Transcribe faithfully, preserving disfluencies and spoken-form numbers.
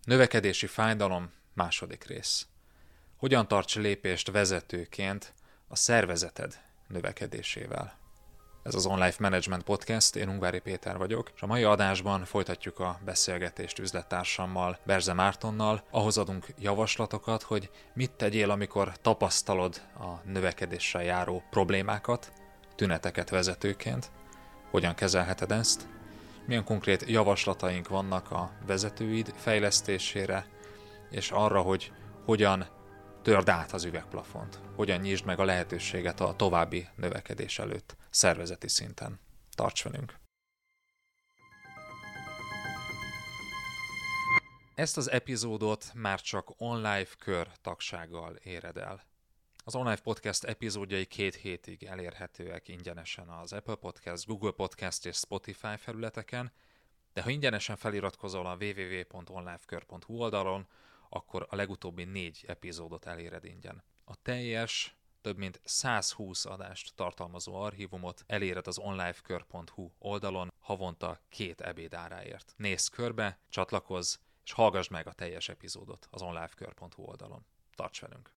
Növekedési fájdalom, második rész. Hogyan tarts lépést vezetőként a szervezeted növekedésével? Ez az Online Management Podcast, én Ungvári Péter vagyok, és a mai adásban folytatjuk a beszélgetést üzlettársammal, Berze Mártonnal. Ahhoz adunk javaslatokat, hogy mit tegyél, amikor tapasztalod a növekedéssel járó problémákat, tüneteket vezetőként, hogyan kezelheted ezt, milyen konkrét javaslataink vannak a vezetőid fejlesztésére, és arra, hogy hogyan törd át az üvegplafont, hogyan nyisd meg a lehetőséget a további növekedés előtt szervezeti szinten. Tarts velünk! Ezt az epizódot már csak online kör tagsággal éred el. Az Online Podcast epizódjai két hétig elérhetőek ingyenesen az Apple Podcast, Google Podcast és Spotify felületeken, de ha ingyenesen feliratkozol a double-u double-u double-u pont onlifekör pont hu oldalon, akkor a legutóbbi négy epizódot eléred ingyen. A teljes, több mint százhúsz adást tartalmazó archívumot eléred az onlifekör pont hu oldalon havonta két ebéd áráért. Nézz körbe, csatlakozz, és hallgass meg a teljes epizódot az onlifekör pont hu oldalon. Tarts velünk!